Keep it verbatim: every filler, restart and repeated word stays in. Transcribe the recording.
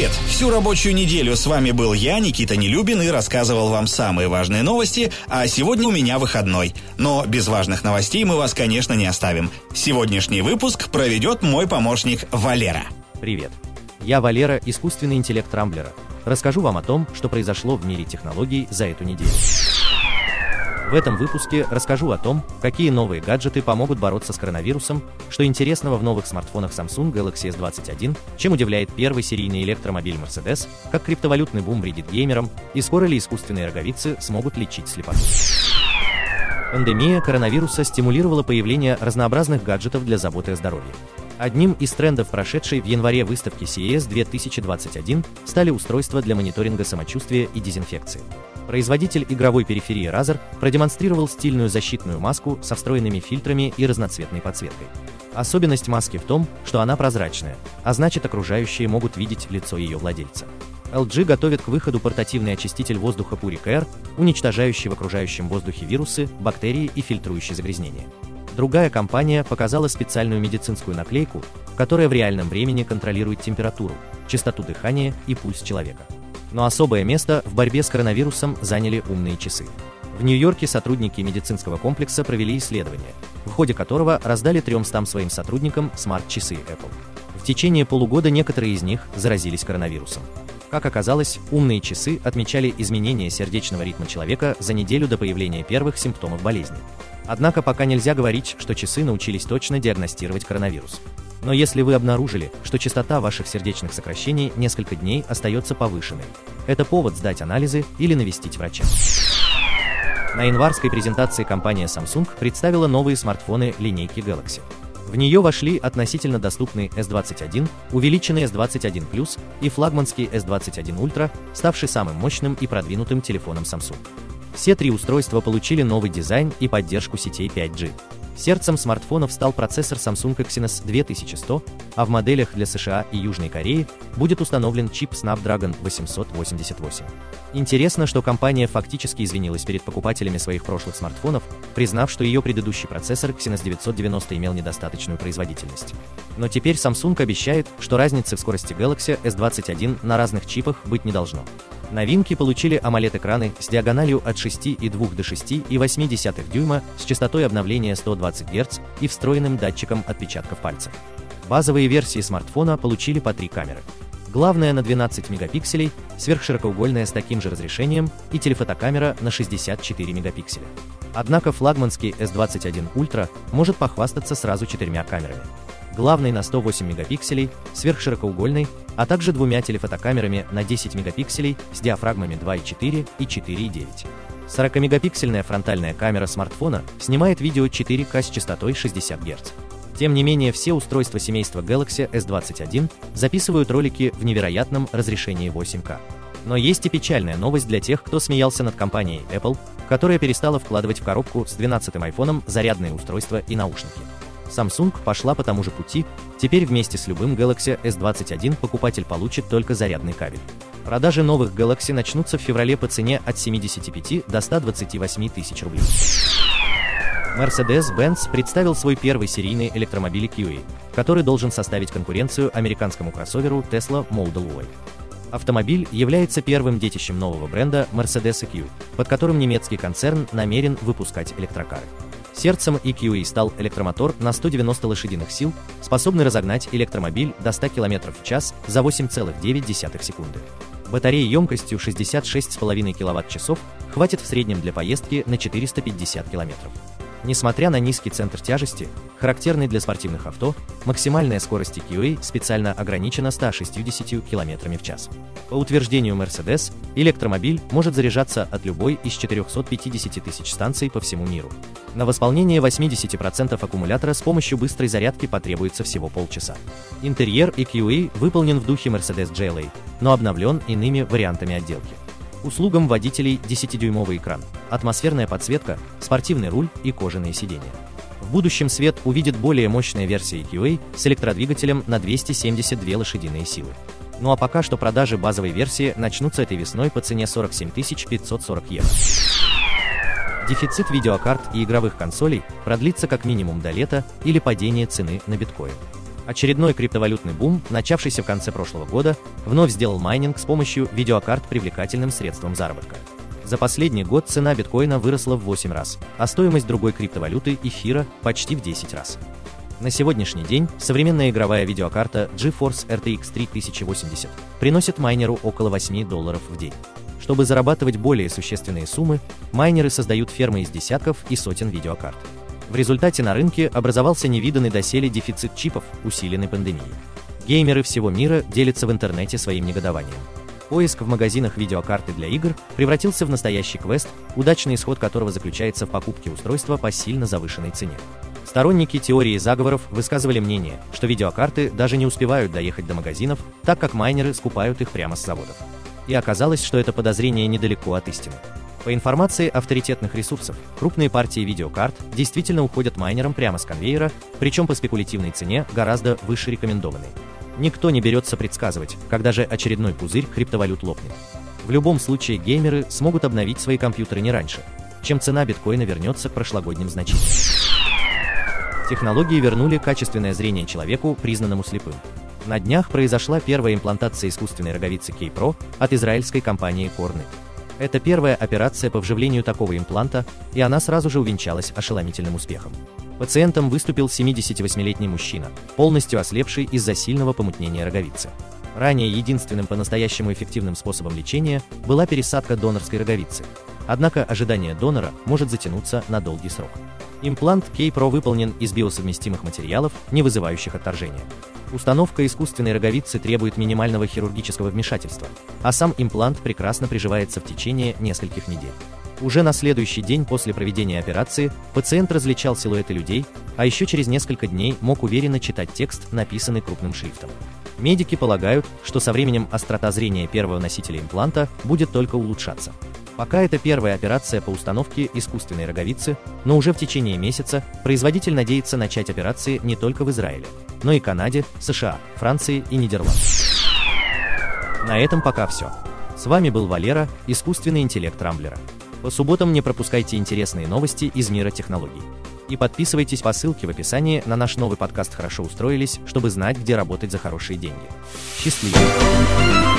Привет! Всю рабочую неделю с вами был я, Никита Нелюбин, и рассказывал вам самые важные новости, а сегодня у меня выходной. Но без важных новостей мы вас, конечно, не оставим. Сегодняшний выпуск проведет мой помощник Валера. Привет! Я Валера, искусственный интеллект Рамблера. Расскажу вам о том, что произошло в мире технологий за эту неделю. В этом выпуске расскажу о том, какие новые гаджеты помогут бороться с коронавирусом, что интересного в новых смартфонах Samsung Galaxy эс двадцать один, чем удивляет первый серийный электромобиль Mercedes, как криптовалютный бум вредит геймерам, и скоро ли искусственные роговицы смогут лечить слепоту. Пандемия коронавируса стимулировала появление разнообразных гаджетов для заботы о здоровье. Одним из трендов прошедшей в январе выставки си и эс две тысячи двадцать один стали устройства для мониторинга самочувствия и дезинфекции. Производитель игровой периферии Razer продемонстрировал стильную защитную маску со встроенными фильтрами и разноцветной подсветкой. Особенность маски в том, что она прозрачная, а значит, окружающие могут видеть лицо ее владельца. эл джи готовит к выходу портативный очиститель воздуха Puric Air, уничтожающий в окружающем воздухе вирусы, бактерии и фильтрующий загрязнения. Другая компания показала специальную медицинскую наклейку, которая в реальном времени контролирует температуру, частоту дыхания и пульс человека. Но особое место в борьбе с коронавирусом заняли умные часы. В Нью-Йорке сотрудники медицинского комплекса провели исследование, в ходе которого раздали тремстам своим сотрудникам смарт-часы Apple. В течение полугода некоторые из них заразились коронавирусом. Как оказалось, умные часы отмечали изменения сердечного ритма человека за неделю до появления первых симптомов болезни. Однако пока нельзя говорить, что часы научились точно диагностировать коронавирус. Но если вы обнаружили, что частота ваших сердечных сокращений несколько дней остается повышенной, это повод сдать анализы или навестить врача. На январской презентации компания Samsung представила новые смартфоны линейки Galaxy. В нее вошли относительно доступный эс двадцать один, увеличенный эс двадцать один плюс и флагманский эс двадцать один Ultra, ставший самым мощным и продвинутым телефоном Samsung. Все три устройства получили новый дизайн и поддержку сетей пять джи. Сердцем смартфонов стал процессор Samsung Exynos две тысячи сто, а в моделях для США и Южной Кореи будет установлен чип Snapdragon восемьсот восемьдесят восемь. Интересно, что компания фактически извинилась перед покупателями своих прошлых смартфонов, признав, что ее предыдущий процессор Exynos девятьсот девяносто имел недостаточную производительность. Но теперь Samsung обещает, что разницы в скорости Galaxy эс двадцать один на разных чипах быть не должно. Новинки получили AMOLED-экраны с диагональю от шести и двух до шести и восьми десятых дюйма с частотой обновления сто двадцать герц и встроенным датчиком отпечатков пальцев. Базовые версии смартфона получили по три камеры. Главная на двенадцать мегапикселей, сверхширокоугольная с таким же разрешением и телефотокамера на шестьдесят четыре мегапикселя. Однако флагманский эс двадцать один Ultra может похвастаться сразу четырьмя камерами. Главной на сто восемь мегапикселей, сверхширокоугольной, а также двумя телефотокамерами на десять мегапикселей с диафрагмами два и четыре и четыре и девять. сорокамегапиксельная фронтальная камера смартфона снимает видео четыре ка с частотой шестьдесят герц. Тем не менее, все устройства семейства Galaxy эс двадцать один записывают ролики в невероятном разрешении восемь ка. Но есть и печальная новость для тех, кто смеялся над компанией Apple, которая перестала вкладывать в коробку с двенадцатым айфоном зарядные устройства и наушники. Samsung пошла по тому же пути, теперь вместе с любым Galaxy эс двадцать один покупатель получит только зарядный кабель. Продажи новых Galaxy начнутся в феврале по цене от семидесяти пяти до ста двадцати восьми тысяч рублей. Mercedes-Benz представил свой первый серийный электромобиль кью эй, который должен составить конкуренцию американскому кроссоверу Tesla Model Y. Автомобиль является первым детищем нового бренда Mercedes и кью, под которым немецкий концерн намерен выпускать электрокары. Сердцем и кью эй стал электромотор на сто девяносто лошадиных сил, способный разогнать электромобиль до ста километров в час за восемь целых девять десятых секунды. Батареи емкостью шестьдесят шесть целых пять десятых киловатт-часов хватит в среднем для поездки на четыреста пятьдесят километров. Несмотря на низкий центр тяжести, характерный для спортивных авто, максимальная скорость кью эй специально ограничена ста шестьюдесятью километрами в час. По утверждению Mercedes, электромобиль может заряжаться от любой из четырехсот пятидесяти тысяч станций по всему миру. На восполнение восемьдесят процентов аккумулятора с помощью быстрой зарядки потребуется всего полчаса. Интерьер и кью эй выполнен в духе Mercedes джи эл эй, но обновлен иными вариантами отделки. Услугам водителей десятидюймовый экран, атмосферная подсветка, спортивный руль и кожаные сиденья. В будущем свет увидит более мощная версия кью эй с электродвигателем на двести семьдесят две лошадиные силы. Ну а пока что продажи базовой версии начнутся этой весной по цене сорок семь тысяч пятьсот сорок евро. Дефицит видеокарт и игровых консолей продлится как минимум до лета или падения цены на биткоин. Очередной криптовалютный бум, начавшийся в конце прошлого года, вновь сделал майнинг с помощью видеокарт привлекательным средством заработка. За последний год цена биткоина выросла в восемь раз, а стоимость другой криптовалюты эфира почти в десять раз. На сегодняшний день современная игровая видеокарта GeForce эр ти экс три тысячи восемьдесят приносит майнеру около восьми долларов в день. Чтобы зарабатывать более существенные суммы, майнеры создают фермы из десятков и сотен видеокарт. В результате на рынке образовался невиданный доселе дефицит чипов, усиленный пандемией. Геймеры всего мира делятся в интернете своим негодованием. Поиск в магазинах видеокарты для игр превратился в настоящий квест, удачный исход которого заключается в покупке устройства по сильно завышенной цене. Сторонники теории заговоров высказывали мнение, что видеокарты даже не успевают доехать до магазинов, так как майнеры скупают их прямо с заводов. И оказалось, что это подозрение недалеко от истины. По информации авторитетных ресурсов, крупные партии видеокарт действительно уходят майнерам прямо с конвейера, причем по спекулятивной цене гораздо выше рекомендованной. Никто не берется предсказывать, когда же очередной пузырь криптовалют лопнет. В любом случае геймеры смогут обновить свои компьютеры не раньше, чем цена биткоина вернется к прошлогодним значениям. Технологии вернули качественное зрение человеку, признанному слепым. На днях произошла первая имплантация искусственной роговицы K-Pro от израильской компании Cornet. Это первая операция по вживлению такого импланта, и она сразу же увенчалась ошеломительным успехом. Пациентом выступил семидесятивосьмилетний мужчина, полностью ослепший из-за сильного помутнения роговицы. Ранее единственным по-настоящему эффективным способом лечения была пересадка донорской роговицы. Однако ожидание донора может затянуться на долгий срок. Имплант K-Pro выполнен из биосовместимых материалов, не вызывающих отторжения. Установка искусственной роговицы требует минимального хирургического вмешательства, а сам имплант прекрасно приживается в течение нескольких недель. Уже на следующий день после проведения операции пациент различал силуэты людей, а еще через несколько дней мог уверенно читать текст, написанный крупным шрифтом. Медики полагают, что со временем острота зрения первого носителя импланта будет только улучшаться. Пока это первая операция по установке искусственной роговицы, но уже в течение месяца производитель надеется начать операции не только в Израиле, но и Канаде, США, Франции и Нидерландах. На этом пока все. С вами был Валера, искусственный интеллект Рамблера. По субботам не пропускайте интересные новости из мира технологий. И подписывайтесь по ссылке в описании на наш новый подкаст «Хорошо устроились», чтобы знать, где работать за хорошие деньги. Счастливо!